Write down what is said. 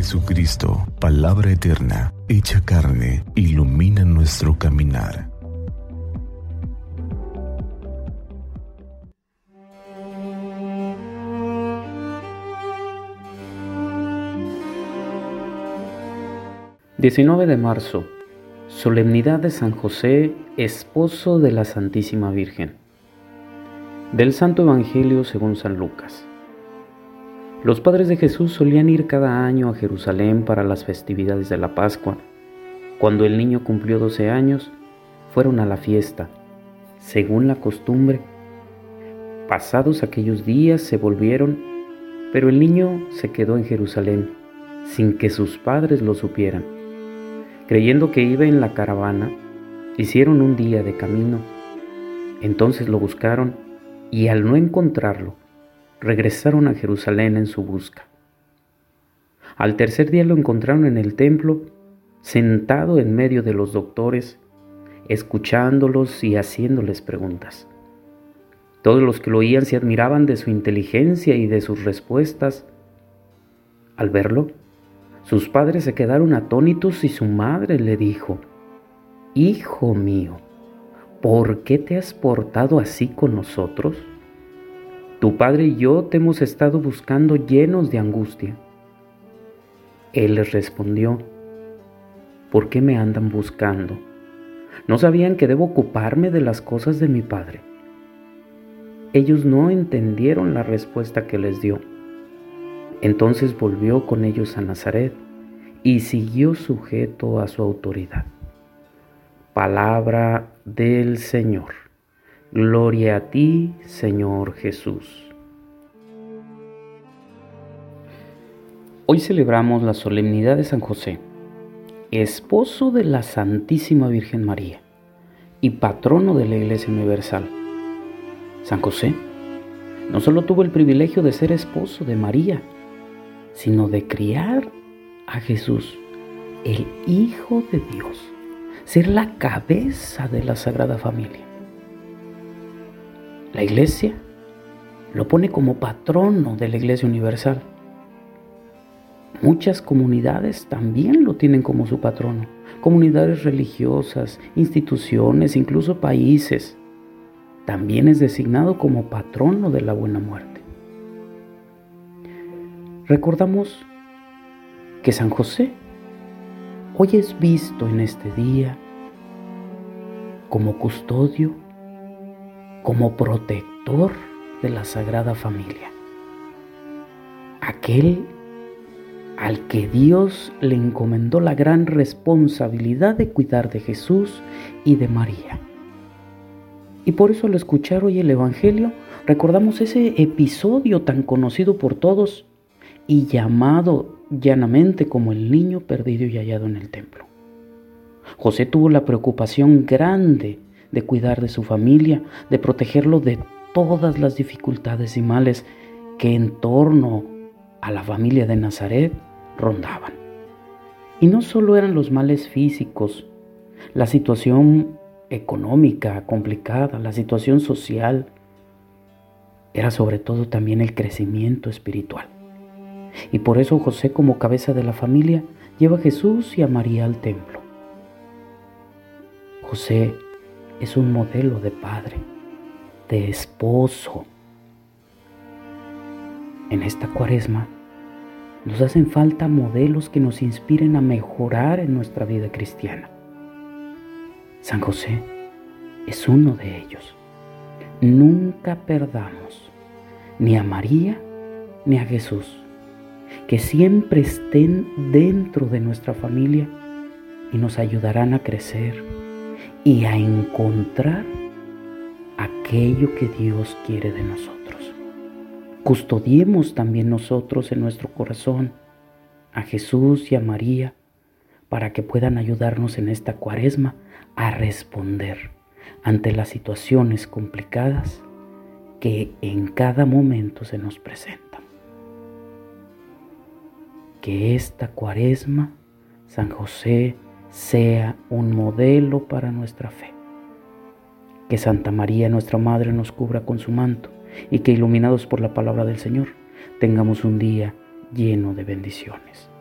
Jesucristo, palabra eterna, hecha carne, ilumina nuestro caminar. ...19 de marzo... Solemnidad de San José, esposo de la Santísima Virgen. Del Santo Evangelio según San Lucas. Los padres de Jesús solían ir cada año a Jerusalén para las festividades de la Pascua. Cuando el niño cumplió 12 años, fueron a la fiesta, según la costumbre. Pasados aquellos días se volvieron, pero el niño se quedó en Jerusalén, sin que sus padres lo supieran. Creyendo que iba en la caravana, hicieron un día de camino. Entonces lo buscaron y al no encontrarlo, regresaron a Jerusalén en su busca. Al tercer día lo encontraron en el templo, sentado en medio de los doctores, escuchándolos y haciéndoles preguntas. Todos los que lo oían se admiraban de su inteligencia y de sus respuestas. Al verlo, sus padres se quedaron atónitos y su madre le dijo: «Hijo mío, ¿por qué te has portado así con nosotros? Tu padre y yo te hemos estado buscando llenos de angustia». Él les respondió: «¿Por qué me andan buscando? ¿No sabían que debo ocuparme de las cosas de mi padre?». Ellos no entendieron la respuesta que les dio. Entonces volvió con ellos a Nazaret y siguió sujeto a su autoridad. Palabra del Señor. Gloria a ti, Señor Jesús. Hoy celebramos la solemnidad de San José, esposo de la Santísima Virgen María y patrono de la Iglesia Universal. San José no solo tuvo el privilegio de ser esposo de María, sino de criar a Jesús, el Hijo de Dios, ser la cabeza de la Sagrada Familia. La Iglesia lo pone como patrono de la Iglesia Universal. Muchas comunidades también lo tienen como su patrono, comunidades religiosas, instituciones, incluso países. También es designado como patrono de la buena muerte. Recordamos que San José hoy es visto en este día como custodio, como protector de la Sagrada Familia. Aquel al que Dios le encomendó la gran responsabilidad de cuidar de Jesús y de María. Y por eso al escuchar hoy el Evangelio, recordamos ese episodio tan conocido por todos y llamado llanamente como el niño perdido y hallado en el templo. José tuvo la preocupación grande de cuidar de su familia, de protegerlo de todas las dificultades y males que en torno a la familia de Nazaret rondaban. Y no solo eran los males físicos, la situación económica complicada, la situación social, era sobre todo también el crecimiento espiritual. Y por eso José, como cabeza de la familia, lleva a Jesús y a María al templo. José es un modelo de padre, de esposo. En esta Cuaresma nos hacen falta modelos que nos inspiren a mejorar en nuestra vida cristiana. San José es uno de ellos. Nunca perdamos ni a María ni a Jesús, que siempre estén dentro de nuestra familia y nos ayudarán a crecer y a encontrar aquello que Dios quiere de nosotros. Custodiemos también nosotros en nuestro corazón a Jesús y a María para que puedan ayudarnos en esta Cuaresma a responder ante las situaciones complicadas que en cada momento se nos presentan. Que esta Cuaresma, San José, sea un modelo para nuestra fe. Que Santa María, nuestra Madre, nos cubra con su manto y que, iluminados por la palabra del Señor, tengamos un día lleno de bendiciones.